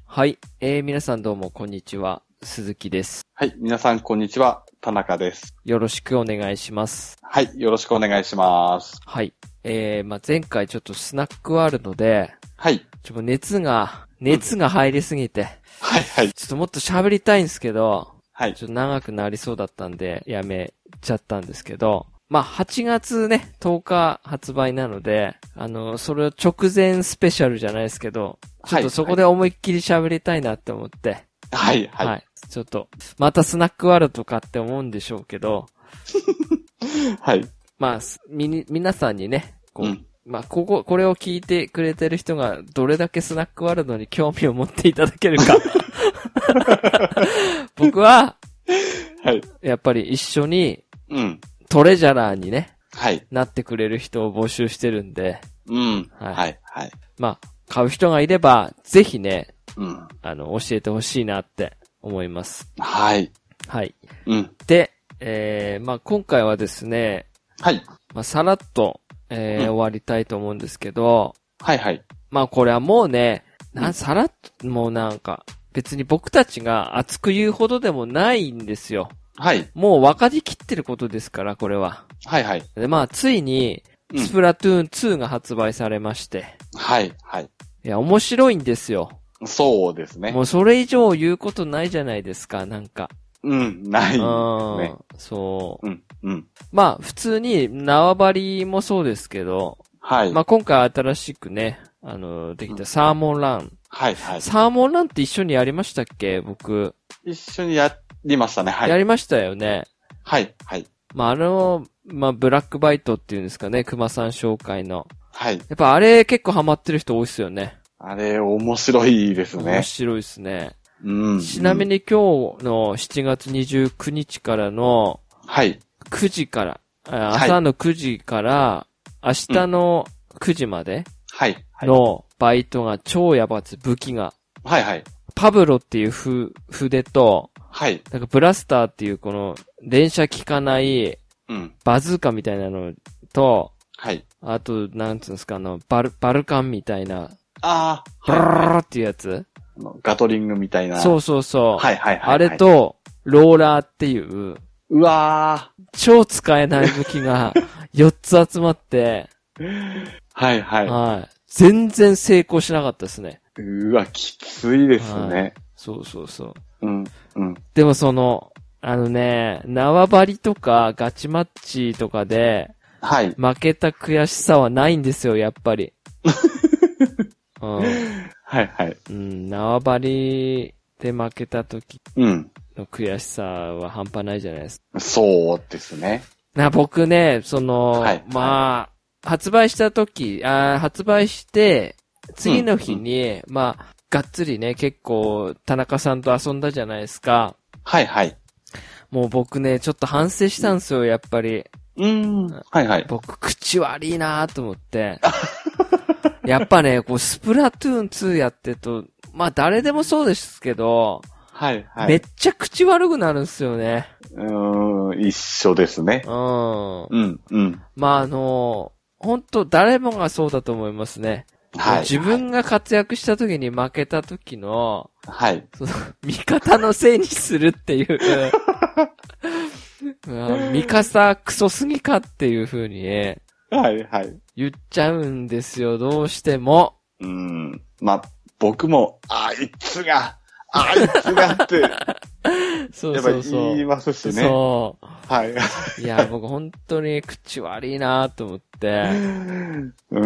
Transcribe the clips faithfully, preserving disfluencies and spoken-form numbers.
はい。えー、皆さんどうもこんにちは。鈴木です。 はい。皆さんこんにちは。田中です。 よろしくお願いします。 はい。よろしくお願いします。 はい。えー、まあ、前回ちょっとスナックワールドで、 はい。 ちょっと熱が、熱が入りすぎて、うん、 はいはい。 ちょっともっと喋りたいんですけど、 はい。 ちょっと長くなりそうだったんで、やめちゃったんですけど、まあ、はちがつね、とおか発売なので、あの、それを直前スペシャルじゃないですけど、ちょっとそこで思いっきり喋りたいなって思って、 はい、はい。 はい。ちょっと、またスナックワールドかって思うんでしょうけど、 はい。 まあ、み、皆さんにね、こう、 うん、 まあ、ここ、これを聞いてくれてる人がどれだけスナックワールドに興味を持っていただけるか。僕は、 はい。 やっぱり一緒に、 うん。 トレジャラーにね、 はい。 なってくれる人を募集してるんで、 うん。 はい。 はい。はい。 まあ、買う人がいれば、ぜひね、 うん。 あの、教えてほしいなって思います。 はい。 はい。 うん。 で、えー、まあ今回はですね、 はい。 まあさらっと、えー、うん、終わりたいと思うんですけど、 はいはい。 まあこれはもうね、なん、さらっと、もうなんか、別に僕たちが熱く言うほどでもないんですよ。 はい。 もう分かりきってることですから、これは。 はいはい。 で、まあついに、スプラトゥーンツーが発売されまして。 はいはい。 いや、面白いんですよ。 そうですね。 もうそれ以上言うことないじゃないですか、なんか。 うん、ないですね。うん、 そう。 うん、うん。 まあ、普通に縄張りもそうですけど、 はい。 まあ今回新しくね、あの、できたサーモンラン。うん、 はいはい。 サーモンランって一緒にやりましたっけ、僕。 一緒にやりましたね、はい。 やりましたよね。 はい、はい。 まああの、まあブラックバイトっていうんですかね、熊さん紹介の。 はい。 やっぱあれ結構ハマってる人多いっすよね。 あれ、面白いですね。 面白いですね。 うん。 ちなみに今日のしちがつにじゅうくにちからの、 はい。 くじから、朝のくじから明日のくじまでのバイトが超やばつ、武器が。 はいはい。 パブロっていうふ筆と、 はい。 なんかブラスターっていうこの連射効かない、 うん。 バズーカみたいなのと、 はい。 あと、なんつうんですか、あの、バル、バルカンみたいな、 ああ、 ブルルルっていうやつ、 ガトリングみたいな。 そうそうそう。 はいはいはい、はい。 あれと、ローラーっていう、 うわー。 超使えない武器がよっつ集まって、 はいはい。 はい。全然成功しなかったですね。 うわ、きついですね。はい、 そうそうそう。 うん、うん。 でもその、あのね、縄張りとかガチマッチとかで、 はい。 負けた悔しさはないんですよ、やっぱり。うん、 はいはい。 うん、縄張りで負けた時の悔しさは半端ないじゃないですか。 うん、そうですね。 な、僕ね、その、はい、まあ、はい、発売した時、あ発売して、次の日に、うんうん、まあ、がっつりね、結構、田中さんと遊んだじゃないですか。 はいはい。 もう僕ね、ちょっと反省したんですよ、やっぱり。 うーん。はいはい。 僕、口悪いなーと思って。やっぱね、こう、スプラトゥーンツーやってると、まあ誰でもそうですけど、 はいはい。 めっちゃ口悪くなるんですよね。 うーん、一緒ですね。 うん。 うん、うん。 まああの、本当誰もがそうだと思いますね。はい。自分が活躍した時に負けた時の、 はい。 その、味方のせいにするっていう。味方クソすぎかっていう風に、ね、 はいはい。 言っちゃうんですよ、どうしても。 うーん。まあ、僕も、あいつが、あいつがって、 そうそうそう。 やっぱ言いますしね。 そう。 はい。 いや、僕本当に口悪いなと思って。 うんうん。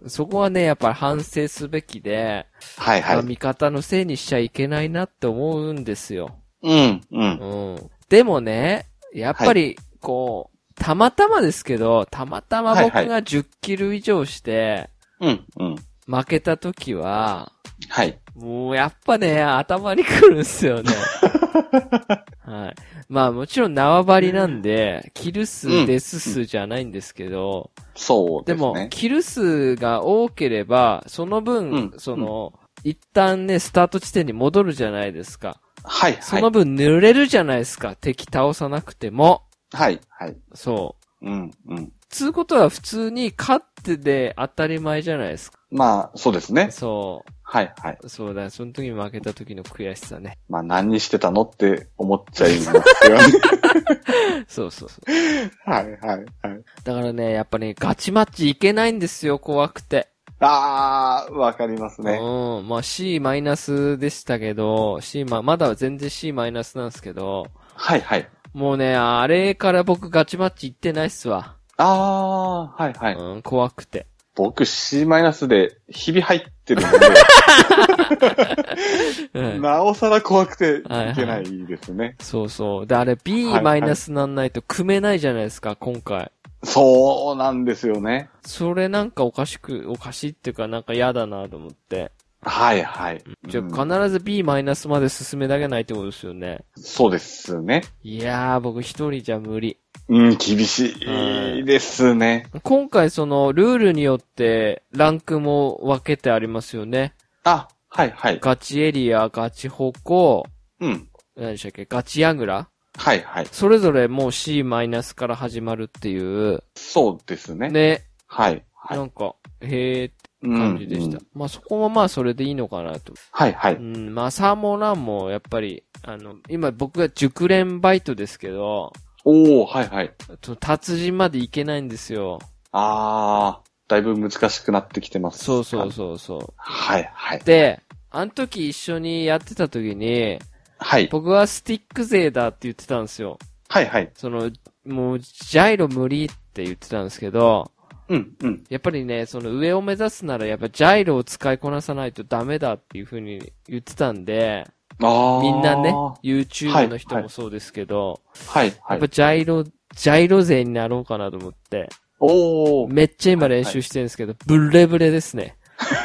そこはね、やっぱり反省すべきで、 はいはい。 味方のせいにしちゃいけないなって思うんですよ。 うん、うん。 うん。でもね、やっぱり、こう、たまたまですけど、たまたま僕がじゅっキル以上して、 うん、うん。 負けた時は、 はい。 もうやっぱね、頭に来るんですよね。はい。まあもちろん縄張りなんで、キル数、デス数じゃないんですけど、 うん、そうですね。 でも、キル数が多ければ、その分、うん、その、うん、一旦ね、スタート地点に戻るじゃないですか。 はい、はい。 その分濡れるじゃないですか。敵倒さなくても。 はい、はい。 そう。 うん、うん。 つうことは普通に勝ってで当たり前じゃないですか。 まあ、そうですね。 そう。 はいはい。 そうだ、その時に負けた時の悔しさね。 まあ何にしてたのって思っちゃいますよね。 そうそうそう。 はいはいはい。 だからね、やっぱり、ね、ガチマッチいけないんですよ、怖くて。 あー、わかりますね。 うん。まあ C マイナスでしたけど、C ま、まだ全然 C マイナスなんですけど。 はいはい。 もうね、あれから僕ガチマッチ行ってないっすわ。 あー、はいはい。 うん、怖くて。 僕 C マイナスで日々入ってるので、うん、なおさら怖くていけないですね。はいはい、 そうそう。で、あれ B マイナスなんないと組めないじゃないですか、今回。 そうなんですよね。 それなんかおかしく、おかしいっていうかなんか嫌だなと思って。 はいはい。 じゃあ必ず B マイナスまで進めなきゃないってことですよね。 そうですね。 いやー、僕一人じゃ無理。 うん、厳しいですね。 今回そのルールによってランクも分けてありますよね。 あ、はいはい。 ガチエリア、ガチホコ、 うん。 何でしたっけ、ガチヤグラはいはい。 それぞれもう C マイナスから始まるっていう。 そうですね。 ね。 はい。はい、 なんか、へーって感じでした。うんうん、まあそこもまあそれでいいのかなと。 はいはい。 うん、まあサーモンランもやっぱり、あの、今僕が熟練バイトですけど、 おー、はいはい。 達人までいけないんですよ。 あー、だいぶ難しくなってきてます。 そうそうそうそう。 はいはい。 で、あの時一緒にやってた時に、 はい。 僕はスティック勢だって言ってたんですよ。 はいはい。 その、もう、ジャイロ無理って言ってたんですけど、 うんうん。 やっぱりね、その上を目指すならやっぱジャイロを使いこなさないとダメだっていう風に言ってたんで、 あみんなね、YouTube の人もそうですけど、 はいはい。 やっぱジャイロ、ジャイロ勢になろうかなと思って、 おー。 めっちゃ今練習してるんですけど、はいはい、ブレブレですね。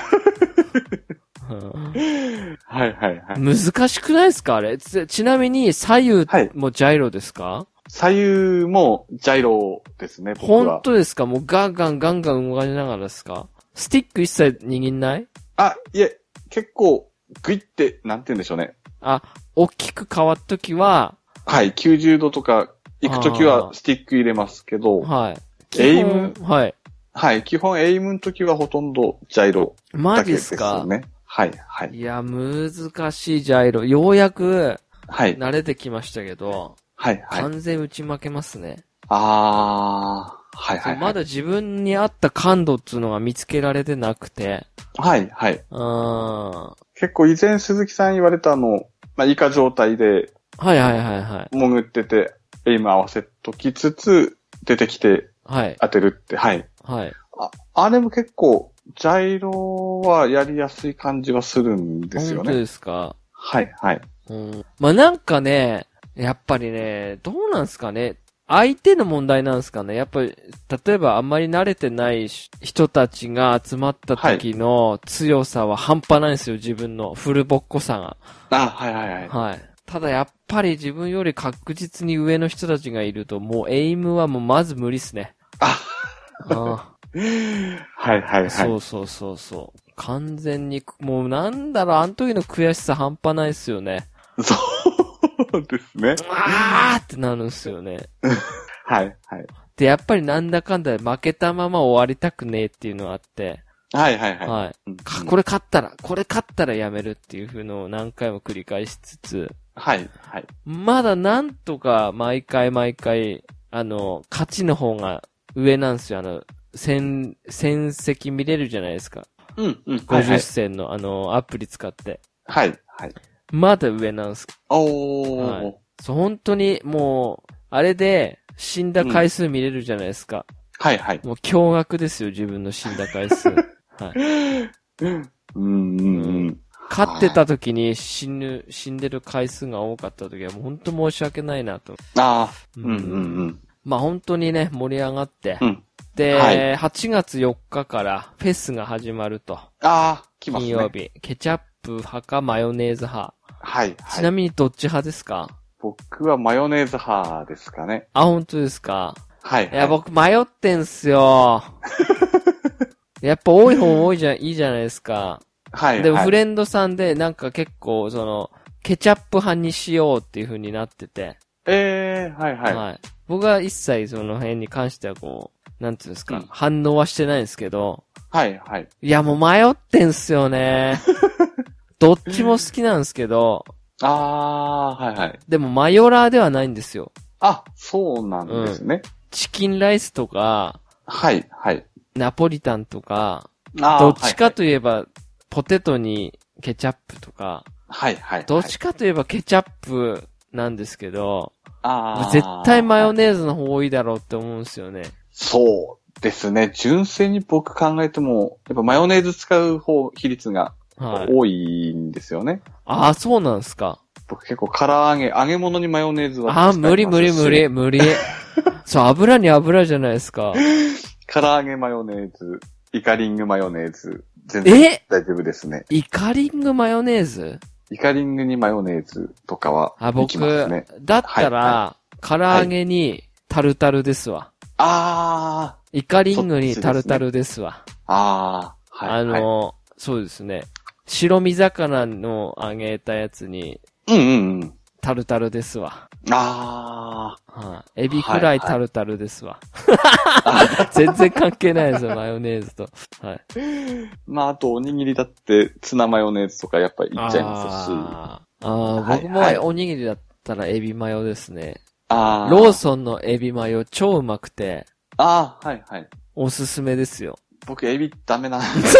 はいはいはい。 難しくないですかあれち、ちなみに左右もジャイロですか、はい、 左右もジャイロですね、僕は。 本当ですかもうガンガンガンガン動かしながらですかスティック一切握んないあ、いえ、結構、グイって、なんて言うんでしょうね。 あ、大きく変わったときは、 はい、きゅうじゅうどとか行くときはスティック入れますけど、 はい。 エイム、 はい。 はい、基本エイムのときはほとんどジャイロだけですね。 マジですかはい、はい。 いや、難しいジャイロ。ようやく、 はい。 慣れてきましたけど、 はい、はい。 完全打ち負けますね。 あー、はい、はい、はい。 まだ自分に合った感度っていうのが見つけられてなくて。 はい、はい。 うん結構以前鈴木さん言われたの、まあ、以下状態で、 はいはいはいはい。 潜ってて、エイム合わせときつつ、出てきて、 はい。 当てるって、はい。 はい。 あ、あれも結構、ジャイロはやりやすい感じはするんですよね。 本当ですかはい、はい。 うん。まあ、なんかね、やっぱりね、どうなんすかね。相手の問題なんですかね。やっぱり、例えばあんまり慣れてない人たちが集まった時の強さは半端ないんですよ、自分のフルボッコさが。 あ、はいはいはい。 はい。ただやっぱり自分より確実に上の人たちがいると、もうエイムはもうまず無理っすね。 ああはいはいはい。 そうそうそうそう。完全に、もうなんだろう、あの時の悔しさ半端ないっすよね。 そうですね。 あーってなるんすよね。 はいはい。 で、やっぱりなんだかんだ負けたまま終わりたくねえっていうのがあって。 はいはいはい。 はい。うん、これ勝ったら、これ勝ったらやめるっていう風のを何回も繰り返しつつ。 はいはい。 まだなんとか毎回毎回、あの、勝ちの方が上なんですよ。あの、戦、戦績見れるじゃないですか。 うんうん。 ごじゅっ戦の、はいはい、あの、アプリ使って。 はいはい。 まだ上なんです。 おー。はい。 そう、本当にもう、あれで死んだ回数見れるじゃないですか。うん、 はいはい。 もう驚愕ですよ、自分の死んだ回数。はい。 うんうんうん。 勝ってた時に死ぬ、死んでる回数が多かった時はもう本当申し訳ないなと。 ああ。うんうんうん。 まあ本当にね、盛り上がって。 うん。 で、はい、はちがつよっかからフェスが始まると。 ああ、来ますね。 金曜日。ケチャップ派かマヨネーズ派。 はい、はい。 ちなみにどっち派ですか？ 僕はマヨネーズ派ですかね。 あ、本当ですか？ はい、はい。 いや、僕迷ってんすよ。やっぱ多い方多いじゃ、いいじゃないですか。はい、はい。でもフレンドさんでなんか結構その、ケチャップ派にしようっていう風になってて。 ええー、はいはい。はい。 僕は一切その辺に関してはこう、なんていうんですか、うん、反応はしてないんですけど。 はいはい。 いやもう迷ってんすよね。 どっちも好きなんですけど、 あー、はいはい。 でもマヨラーではないんですよ。 あ、そうなんですね。 チキンライスとか、 はいはい。 ナポリタンとか、 あーどっちかといえば、ポテトにケチャップとか、 はいはいはい。 どっちかといえばケチャップなんですけど、 あー絶対マヨネーズの方多いだろうって思うんですよね。 そうですね。純粋に僕考えても、やっぱマヨネーズ使う方、比率がはい。 多いんですよね。 ああ、そうなんですか。 僕結構唐揚げ、揚げ物にマヨネーズはああ、 使いますし。 無理無理無理無理。そう、油に油じゃないですか。 唐揚げマヨネーズ、イカリングマヨネーズ、全然え大丈夫ですね。 イカリングマヨネーズイカリングにマヨネーズとかはあ、 い僕、 きますね。 だったら、 は唐揚げにタルタルですわ。 あー、 イカリングにタルタルですわ。 あー、はい、 あの、 はい。 そうですね。白身魚の揚げたやつに、 うんうんうん。 タルタルですわ。 あはい、エビフライタルタルですわ。 はいはい、 全然関係ないですよ、マヨネーズと。はい。 まあ、あとおにぎりだってツナマヨネーズとかやっぱりいっちゃいますし。 あーあー、 はい僕もおにぎりだったらエビマヨですね。 あーローソンのエビマヨ超うまくて、 あー、はいはい。 おすすめですよ。 僕エビダメなんです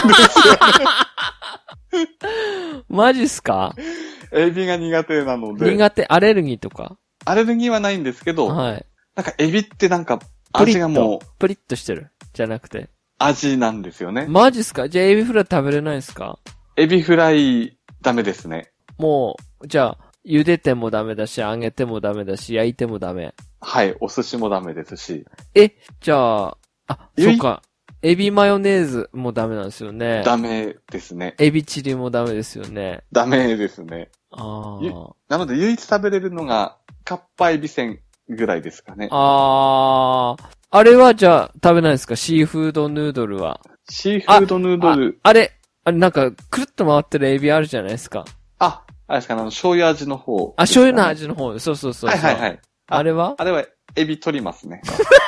マジっすか？ エビが苦手なので。 苦手、アレルギーとか？ アレルギーはないんですけど、 はい。 なんかエビってなんかプリッと味がもうプリッとしてる。じゃなくて。 味なんですよね。 マジっすか？じゃあエビフライ食べれないっすか？ エビフライダメですね。 もう、じゃあ、茹でてもダメだし、揚げてもダメだし、焼いてもダメ。 はい、お寿司もダメですし。 え、じゃあ、あ、 ゆいそうか。エビマヨネーズもダメなんですよね。 ダメですね。 エビチリもダメですよね。 ダメですね。ゆああ。 なので唯一食べれるのが、カッパエビせんぐらいですかね。 ああ。あれはじゃあ食べないですか？シーフードヌードルは。 シーフードヌードル。 あ、あれ、あれなんか、くるっと回ってるエビあるじゃないですか。 あ、あれですかね、あの、醤油味の方、ね。 あ、醤油の味の方。そうそうそうそう。 はいはいはい。ああれはあれは、エビ取りますね。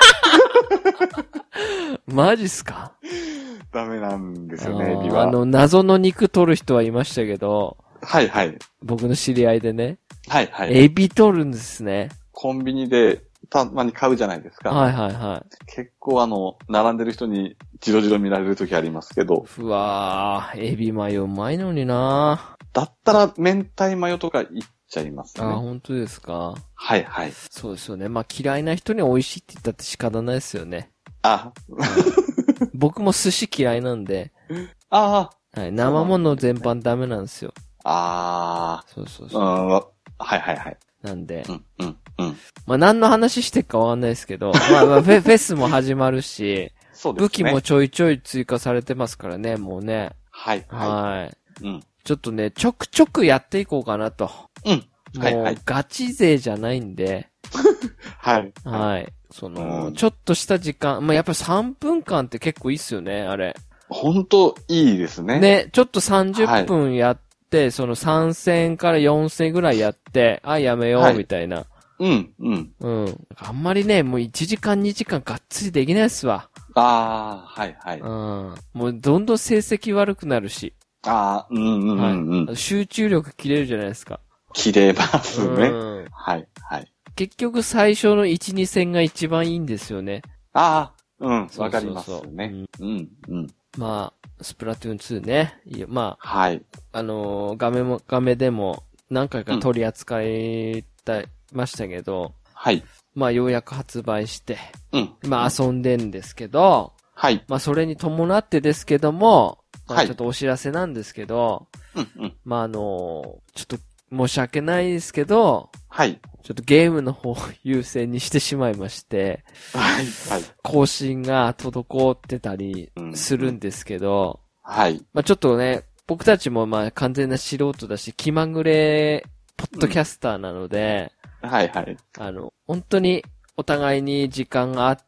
マジっすか？ ダメなんですよね、エビは。 あの、謎の肉取る人はいましたけど。 はいはい。 僕の知り合いでね。 はいはい。 エビ取るんですね。 コンビニで、たまに買うじゃないですか。 はいはいはい。 結構あの、並んでる人にじろじろ見られる時ありますけど。 うわー、エビマヨうまいのになだったら、明太マヨとかいっちゃいますね。 あ、本当ですか？ はいはい。 そうですよね。まあ嫌いな人に美味しいって言ったって仕方ないですよね。 あ、 僕も寿司嫌いなんで。 ああ。はい。生物全般ダメなんですよ。 ああ。 そうそうそう。 うん、はいはいはい。 なんで。 うん、うん、うん。 まあ何の話してるかわかんないですけど、まあまあフェフェスも始まるし、 そうですね。 武器もちょいちょい追加されてますからね、もうね。 はい、はい。 はい。 うん。 ちょっとね、ちょくちょくやっていこうかなと。 うん。はいはいもう、ガチ勢じゃないんで、 はい。 はい。その、 うんちょっとした時間、まあ、やっぱりさんぷんかんって結構いいっすよね、あれ。 ほんといいですね。。 ね、ちょっとさんじゅっぷんやって、そのさん戦からよん戦ぐらいやって、あ、やめよう、 はいみたいな。 うん、うん。 うん。あんまりね、もういちじかんにじかんがっつりできないっすわ。 ああ、はいはい。 うん。もうどんどん成績悪くなるし。 ああ、うんうんうんうん。 はい。集中力切れるじゃないですか。 切れますね。 うん。 はい、はい。 結局最初のいち、に戦が一番いいんですよね。 ああ、うん、 そうそうそうわかりますね。うん、うん。 まあ、スプラトゥーンツーね。いや、まあ、 はい。 あのー画面も、画面でも何回か取り扱いた、ましたけど、 はい。 まあようやく発売して、 うん。 まあ遊んでんですけど、 はい。 まあそれに伴ってですけども、まはいあちょっとお知らせなんですけど、 うん、うん。 まああのーちょっと申し訳ないですけど、 はい。 ちょっとゲームの方を優先にしてしまいまして、 はい、はい。 更新が滞ってたりするんですけど、 はい。 まあちょっとね、僕たちもまあ完全な素人だし、気まぐれポッドキャスターなので、 はい、はい。 あの、本当にお互いに時間があって、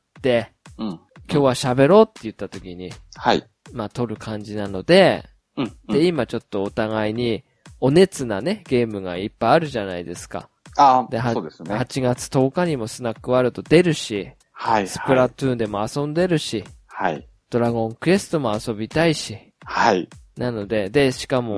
うん。 今日は喋ろうって言った時に、 はい。 まあ撮る感じなので、 うん。 で、今ちょっとお互いにお熱なね、ゲームがいっぱいあるじゃないですか。 ああ、 ではそうですね。 はちがつとおかにもスナックワールド出るし、 はい。 スプラトゥーンでも遊んでるし、 はい。 ドラゴンクエストも遊びたいし、 はい。 なので、で、しかも、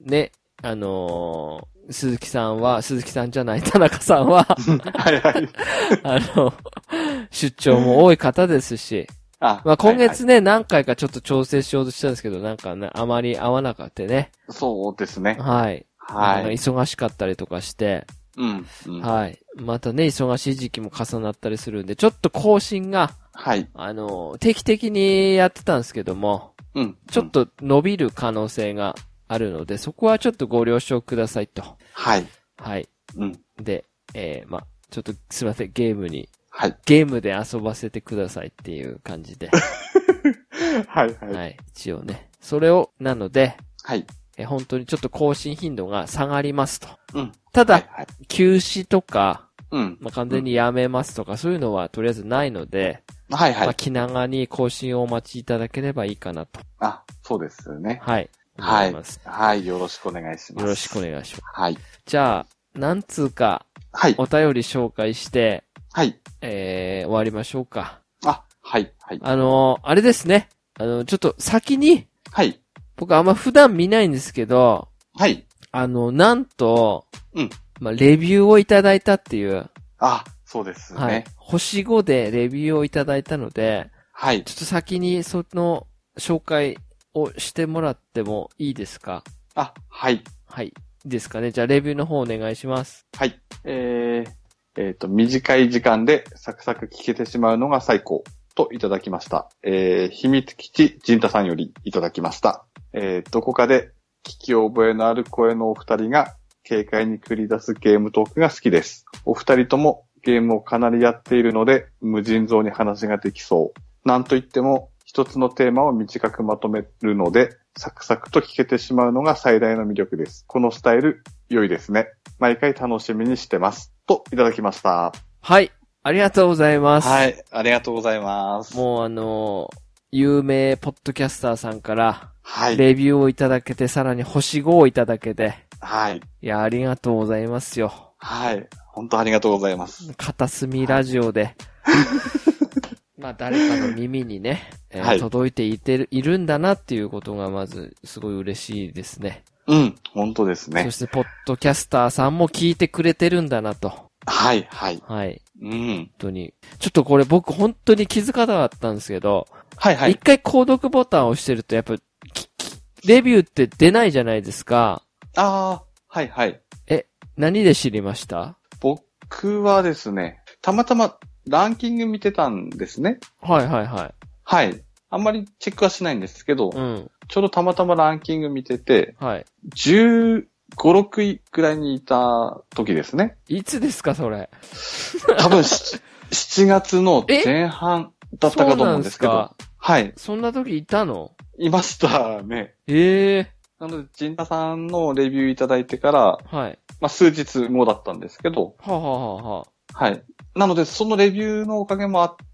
ね、あのー、鈴木さんは、鈴木さんじゃない、田中さんは、 はいはい。 あの、出張も多い方ですし、 あ、 まあ今月ね、 はいはい、 何回かちょっと調整しようとしたんですけど、なんかね、あまり合わなかったね。 そうですね。 はい。 はい。 忙しかったりとかして、 うん、うん。 はい。またね、忙しい時期も重なったりするんで、ちょっと更新が、 はい。 あの、定期的にやってたんですけども、 うん。 ちょっと伸びる可能性があるので、そこはちょっとご了承くださいと。 はい。 はい。 うん。 で、えー、ま、ちょっとすいません、ゲームに。 はい。 ゲームで遊ばせてくださいっていう感じで。 はいはい。 はい。一応ね。それを、なので、 はい。 え、本当にちょっと更新頻度が下がりますと。 うん。 ただ、 はいはい、 休止とか、 うん。 まあ、完全にやめますとか、うん、そういうのはとりあえずないので、 はいはい。 まあ、気長に更新をお待ちいただければいいかなと。 あ、そうですね。 はい。 はい。 思います。 はい。よろしくお願いします。 よろしくお願いします。 はい。 じゃあ、なんつうか、 はい。 お便り紹介して、 はい。 えー、終わりましょうか。 あ、はい、はい。 あのー、あれですね。あの、ちょっと先に、 はい。 僕あんま普段見ないんですけど、 はい。 あの、なんと、 うん。 まあ、レビューをいただいたっていう。 あ、そうですね。はい。 星ごでレビューをいただいたので、 はい。 ちょっと先にその紹介をしてもらってもいいですか？ あ、はい。 はい。いいですかね。じゃあレビューの方お願いします。 はい。えー、えっと、短い時間でサクサク聞けてしまうのが最高といただきました。えー、秘密基地陣太さんよりいただきました。えー、どこかで聞き覚えのある声のお二人が軽快に繰り出すゲームトークが好きです。お二人ともゲームをかなりやっているので無尽蔵に話ができそう。なんといっても一つのテーマを短くまとめるのでサクサクと聞けてしまうのが最大の魅力です。このスタイル良いですね。毎回楽しみにしてます。といただきました。 はい。ありがとうございます。 はい。ありがとうございます。 もうあのー、有名ポッドキャスターさんから、 はい。 レビューをいただけて、さらに星ごをいただけて。 はい。 いや、ありがとうございますよ。 はい。本当ありがとうございます。 片隅ラジオで。はい、まあ、誰かの耳にね、えーはい、届いていてる、いるんだなっていうことがまず、すごい嬉しいですね。 うん、本当ですね。 そして、ポッドキャスターさんも聞いてくれてるんだなと。 はい、はい。 はい。 うん。本当に。ちょっとこれ僕本当に気づかなかったんですけど、 はいはい。 一回購読ボタンを押してると、やっぱ、レビューって出ないじゃないですか。 ああ、はいはい。 え、何で知りました？ 僕はですね、たまたまランキング見てたんですね。 はいはいはい。 はい。あんまりチェックはしないんですけど、 うん、ちょうどたまたまランキング見てて、 はい。 じゅうご、ろくいくらいにいた時ですね。 いつですか、それ。 多分し、しちがつの前半だったかと思うんですけど。はい。 そんな時いたの？ いましたね。 ええー。 なので、ジンタさんのレビューいただいてから、 はい。 まあ、数日後だったんですけど、 はあ、はあはあ、はい。なので、そのレビューのおかげもあって、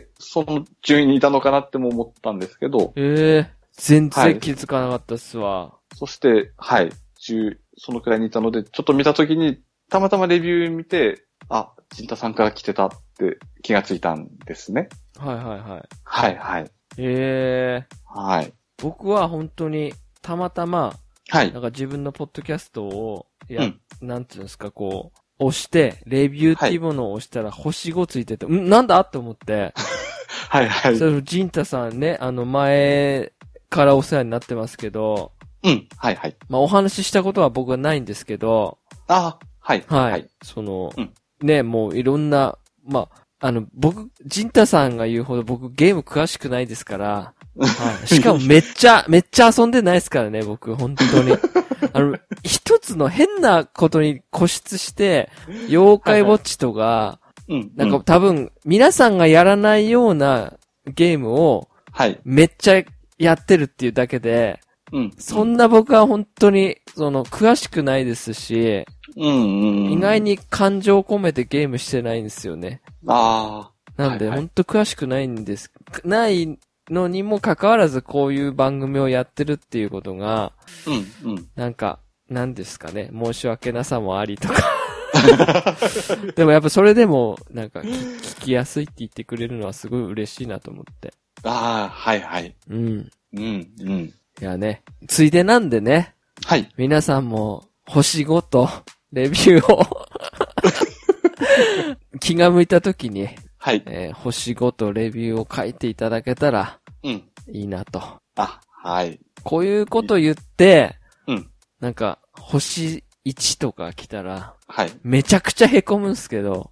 その順位にいたのかなっても思ったんですけど。 ええー。全然気づかなかったっすわ。はい、 そして、はい。じゅう、そのくらいにいたので、ちょっと見たときに、たまたまレビュー見て、あ、ジンタさんから来てたって気がついたんですね。 はいはいはい。 はいはい。 ええー。はい。 僕は本当に、たまたま、 はい。 なんか自分のポッドキャストを、や、うん、なんていうんですか、こう、押して、レビューっていうものを押したら星ごついてて、はい、んなんだって思って。 はいはい。 それ、ジンタさんね、あの前からお世話になってますけど、 うん、はいはい。 まあお話ししたことは僕はないんですけど、 ああ、はい。 はい。はい、その、うん、ね、もういろんな、まあ、あの、僕、ジンタさんが言うほど僕ゲーム詳しくないですから、はい。しかもめっちゃ、めっちゃ遊んでないですからね、僕、本当に。あの、一つの変なことに固執して、妖怪ウォッチとか、はいはい、なんか多分、皆さんがやらないようなゲームを、はい。めっちゃやってるっていうだけで、うん。そんな僕は本当に、その、詳しくないですし、うんうんうん、意外に感情を込めてゲームしてないんですよね。 ああ。なんで、はいはい、本当詳しくないんです。ないのにもかかわらずこういう番組をやってるっていうことが、うんうん、なんか、なんですかね、申し訳なさもありとか。でもやっぱそれでも、なんか聞、聞きやすいって言ってくれるのはすごい嬉しいなと思って。 ああ、はいはい。 うん。 うん、うん。 いやね、ついでなんでね。 はい。 皆さんも星ごとレビューを気が向いた時に、 はい。 えー、星ごとレビューを書いていただけたら、うん。いいなと。 あ、はい。 こういうこと言って、 うん。 なんか、星いちとか来たら、 はい。 めちゃくちゃ凹むんすけど。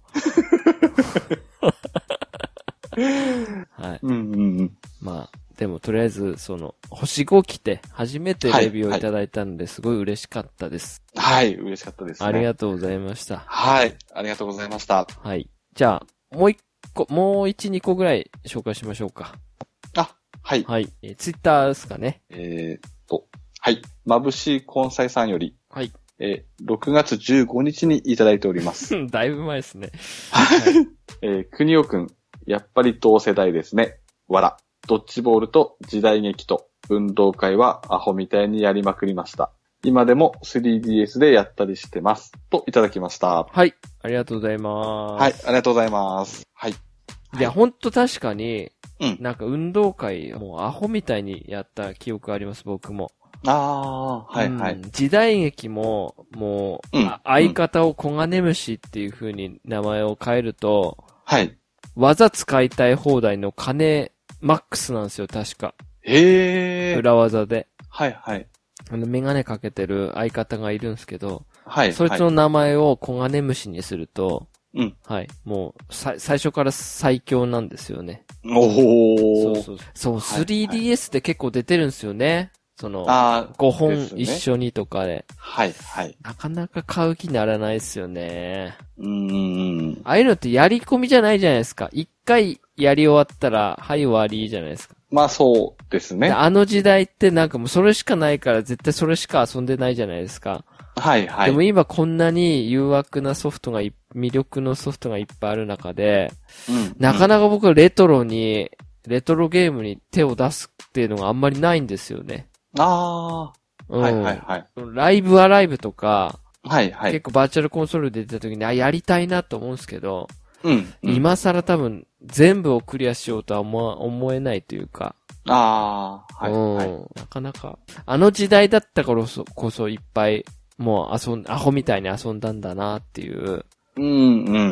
はい。 うんうんうん。 まあ、でもとりあえず、その、星ご来て、初めてレビューをいただいたので、すごい嬉しかったです。 はい、嬉しかったですね。 ありがとうございました。 はい、ありがとうございました。 はい。じゃあ、もう一個、もう一、二個ぐらい紹介しましょうか。 あ、はい。 はい。えー、ツイッターですかね。 えーっと、はい。眩しい根菜さんより、 はい。 えー、ろくがつじゅうごにちにいただいております。 だいぶ前ですね。 はい。えー、国尾くん、やっぱり同世代ですね。わら。ドッジボールと時代劇と運動会はアホみたいにやりまくりました。今でも スリーディーエス でやったりしてます。といただきました。 はい。ありがとうございます。 はい。ありがとうございます。はい。 いや、ほんと確かに、 うん。 なんか運動会、もうアホみたいにやった記憶あります、僕も。 ああ、はいはい、うん。 時代劇も、もう、うん、相方を小金虫っていう風に名前を変えると、 はい。 技使いたい放題の金、マックスなんですよ、確か。 へー。 裏技で。 はいはい。 あの、メガネかけてる相方がいるんですけど、 はい。 そいつの名前を小金虫にすると、 うん。 はい。もう、さ、最初から最強なんですよね。 おー。 そうそう。そう、スリーディーエス って結構出てるんですよね。その、ごほん一緒にとかで。 はいはい。 なかなか買う気にならないですよね。 うーん。 ああいうのってやり込みじゃないじゃないですか。一回やり終わったら、はい終わりじゃないですか。 まあそうですね。 あの時代ってなんかもうそれしかないから絶対それしか遊んでないじゃないですか。 はいはい。 でも今こんなに誘惑なソフトがい、魅力のソフトがいっぱいある中で、うん、なかなか僕はレトロに、レトロゲームに手を出すっていうのがあんまりないんですよね。 ああ、うん。はいはいはい。 ライブアライブとか、 はいはい。 結構バーチャルコンソールで出た時に、あ、やりたいなと思うんですけど、 うん、うん。 今更多分全部をクリアしようとは思思えないというか。 ああ、はい、はい。 なかなか。あの時代だったからこそ、こそいっぱい、もう遊ん、アホみたいに遊んだんだなっていう。 うん、うん、うん。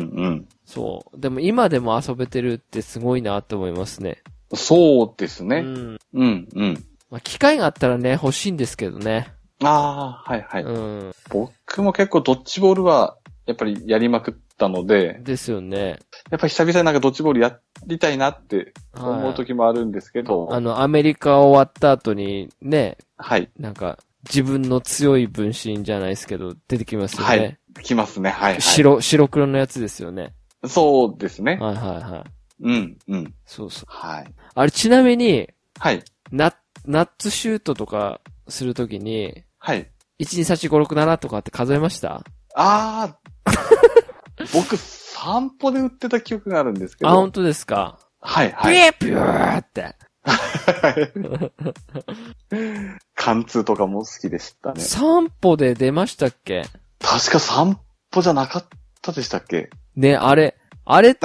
そう。でも今でも遊べてるってすごいなと思いますね。 そうですね。 うん。 うん、うん。 まあ、機会があったらね、欲しいんですけどね。 ああ、はいはい。 うん。 僕も結構ドッジボールは、やっぱりやりまくったので。 ですよね。 やっぱり久々になんかドッジボールやりたいなって思う時もあるんですけど。 はい、あの、アメリカ終わった後にね。 はい。 なんか、自分の強い分身じゃないですけど、出てきますよね。 はい。来ますね。はい、はい。 白、白黒のやつですよね。 そうですね。 はいはいはい。 うん、うん。 そうそう。 はい。 あれちなみに、 はい。 ナ、ナッツシュートとかするときに、 はい。 いち、に、さん、よん、ご、ろく、ななとかって数えました？ あー。僕、散歩で売ってた記憶があるんですけど。 あ、本当ですか？ はいはい。 ピューピューって。 貫通とかも好きでしたね。 散歩で出ましたっけ？ 確か散歩じゃなかったでしたっけ？ ね、あれ、あれって、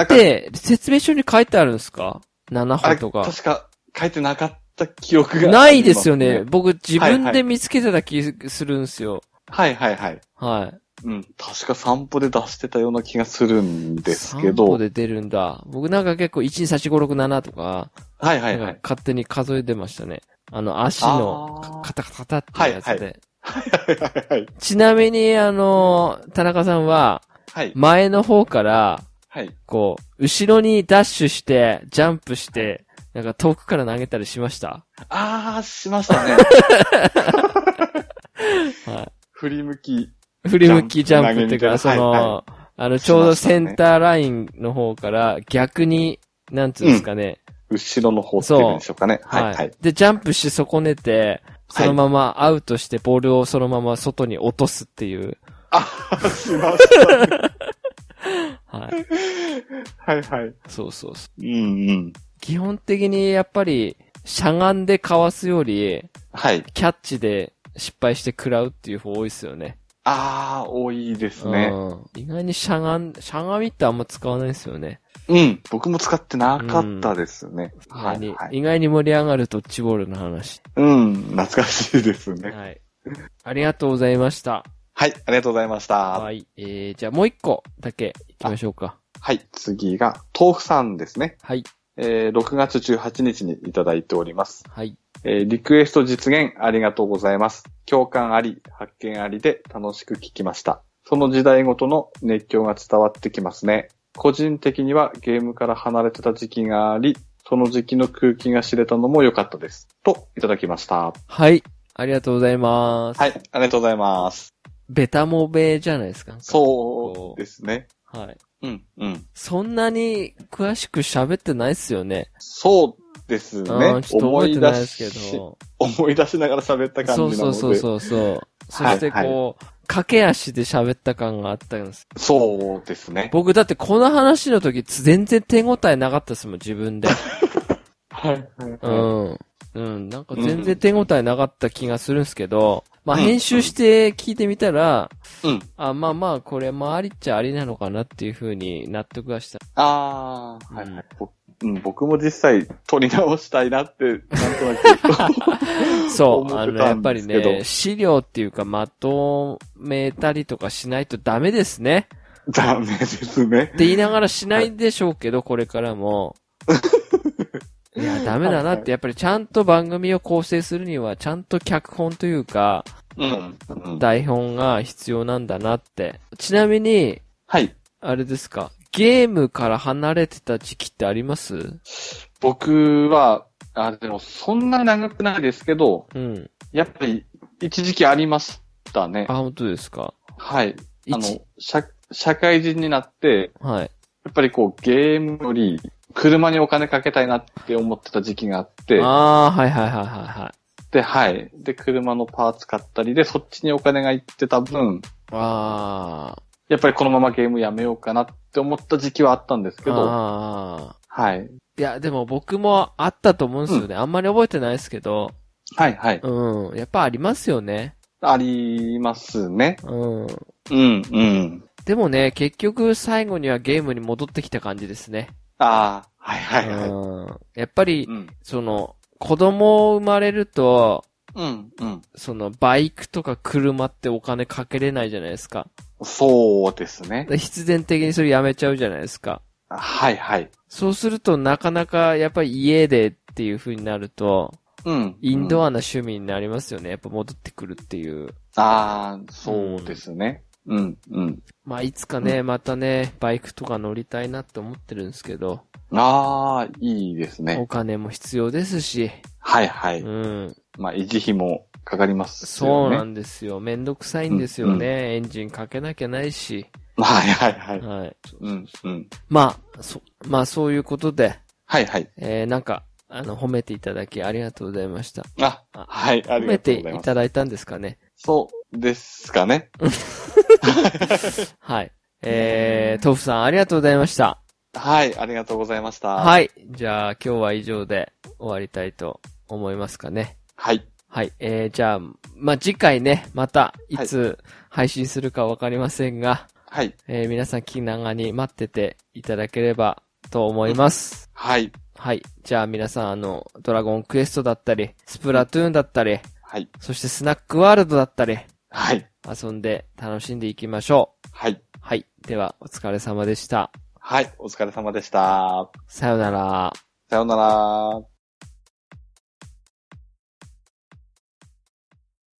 説明書に書いてあるんですか？ なな 歩とか。 確か書いてなかった記憶がありますね。 ないですよね。僕自分で見つけてた気するんですよ。 はいはいはい。 はい。 うん。確か散歩で出してたような気がするんですけど。 散歩で出るんだ。僕なんか結構いち、に、さん、よん、ご、ろく、ななとか。 はいはいはい。 勝手に数えてましたね。あの、足のカタカタっていうやつで。 はいはいはいはい。 ちなみに、あの、田中さんは、はい。前の方から、はい。こう、後ろにダッシュして、ジャンプして、なんか遠くから投げたりしました？ あー、しましたね。はい。振り向き。 振り向きジャンプっていうか、その、はいはい、あの、ちょうどセンターラインの方から逆に、なんつうんですかね。 うん、後ろの方って言うんでしょうかね。はい、はい。 で、ジャンプし損ねて、そのままアウトしてボールをそのまま外に落とすっていう。 あ、しましたね。 はい。 はいはい。 そうそうそう。 うんうん。 基本的にやっぱり、しゃがんでかわすより、 はい。 キャッチで失敗して食らうっていう方多いですよね。 ああ、多いですね。 うん。意外にしゃがん、しゃがみってあんま使わないですよね。 うん。僕も使ってなかったですね。 うん、はい、はい。意外に盛り上がるドッジボールの話。 うん。懐かしいですね。 はい。 ありがとうございました。 はい、ありがとうございました。 はい。えー、じゃあもう一個だけ行きましょうか。 はい、次が、豆腐さんですね。 はい。 えー、ろくがつじゅうはちにちにいただいております。 はい。 えー、リクエスト実現ありがとうございます。共感あり、発見ありで楽しく聞きました。その時代ごとの熱狂が伝わってきますね。個人的にはゲームから離れてた時期があり、その時期の空気が知れたのも良かったです。と、いただきました。 はい。ありがとうございます。 はい、ありがとうございます。 ベタモベじゃないですか。 そうですね。 はい。 うん、うん。 そんなに詳しく喋ってないっすよね。 そうですね。 ちょっと覚えてないですけど。 思い出しながら喋った感じなので。 そうそうそうそう。そしてこう、はいはい、駆け足で喋った感があったんです。 そうですね。 僕だってこの話の時全然手応えなかったですもん、自分で。 はい、はい、はい。 うん。うん。なんか全然手応えなかった気がするんですけど、うん、まあ編集して聞いてみたら、うん。あ、まあまあこれもありっちゃありなのかなっていう風に納得はした。 ああ、はいはい。うん、僕も実際撮り直したいなって、なんとなくそう、あの、やっぱりね、資料っていうかまとめたりとかしないとダメですね。 ダメですね。 って言いながらしないでしょうけど、はい、これからも。いや、ダメだなって、やっぱりちゃんと番組を構成するには、ちゃんと脚本というか、うんうん、台本が必要なんだなって。ちなみに、はい。あれですか、ゲームから離れてた時期ってあります？ 僕は、あ、でもそんなに長くないですけど、うん。やっぱり一時期ありましたね。 あ、本当ですか？ はい。あの、社、社会人になって、はい。やっぱりこうゲームより車にお金かけたいなって思ってた時期があって。 ああ、はいはいはいはいはい。 で、はい。で、車のパーツ買ったりで、そっちにお金が行ってた分、 ああ。 やっぱりこのままゲームやめようかなって思った時期はあったんですけど。ああ。はい。 いや、でも僕もあったと思うんですよね。うん、あんまり覚えてないですけど。 はいはい。 うん。やっぱありますよね。 ありますね。うん。うんうん。 でもね、結局最後にはゲームに戻ってきた感じですね。 ああ、はいはいはい。 うん、やっぱり、うん、その、子供生まれると、 うんうん。 その、バイクとか車ってお金かけれないじゃないですか。 そうですね。 必然的にそれやめちゃうじゃないですか。 はいはい。 そうするとなかなかやっぱり家でっていう風になると、うん。インドアな趣味になりますよね。やっぱ戻ってくるっていう。 ああ、そうですね。うん、うん。 まあいつかね、うん、またね、バイクとか乗りたいなって思ってるんですけど。 ああ、いいですね。 お金も必要ですし。 はいはい。 うん。 まあ維持費もかかりますよね。そうなんですよ。めんどくさいんですよね。うんうん、エンジンかけなきゃないし。 はいはいはい。 はい。 うんうん。 まあ、そ、まあそういうことで。 はいはい。 えー、なんか、あの、褒めていただきありがとうございました。 あ、あはい、ありがとうございます。 褒めていただいたんですかね。 そうですかね。 はい。えー、豆腐さんありがとうございました。 はい、ありがとうございました。 はい。じゃあ今日は以上で終わりたいと思いますかね。 はい。 はい。えー、じゃあ、まあ、次回ね、また、いつ配信するかわかりませんが、はい。えー、皆さん気長に待ってていただければと思います。 うん、はい。 はい。じゃあ皆さん、あの、ドラゴンクエストだったり、スプラトゥーンだったり、はい。そしてスナックワールドだったり、はい。遊んで楽しんでいきましょう。はい。はい。では、お疲れ様でした。 はい。お疲れ様でした。 さよなら。 さよなら。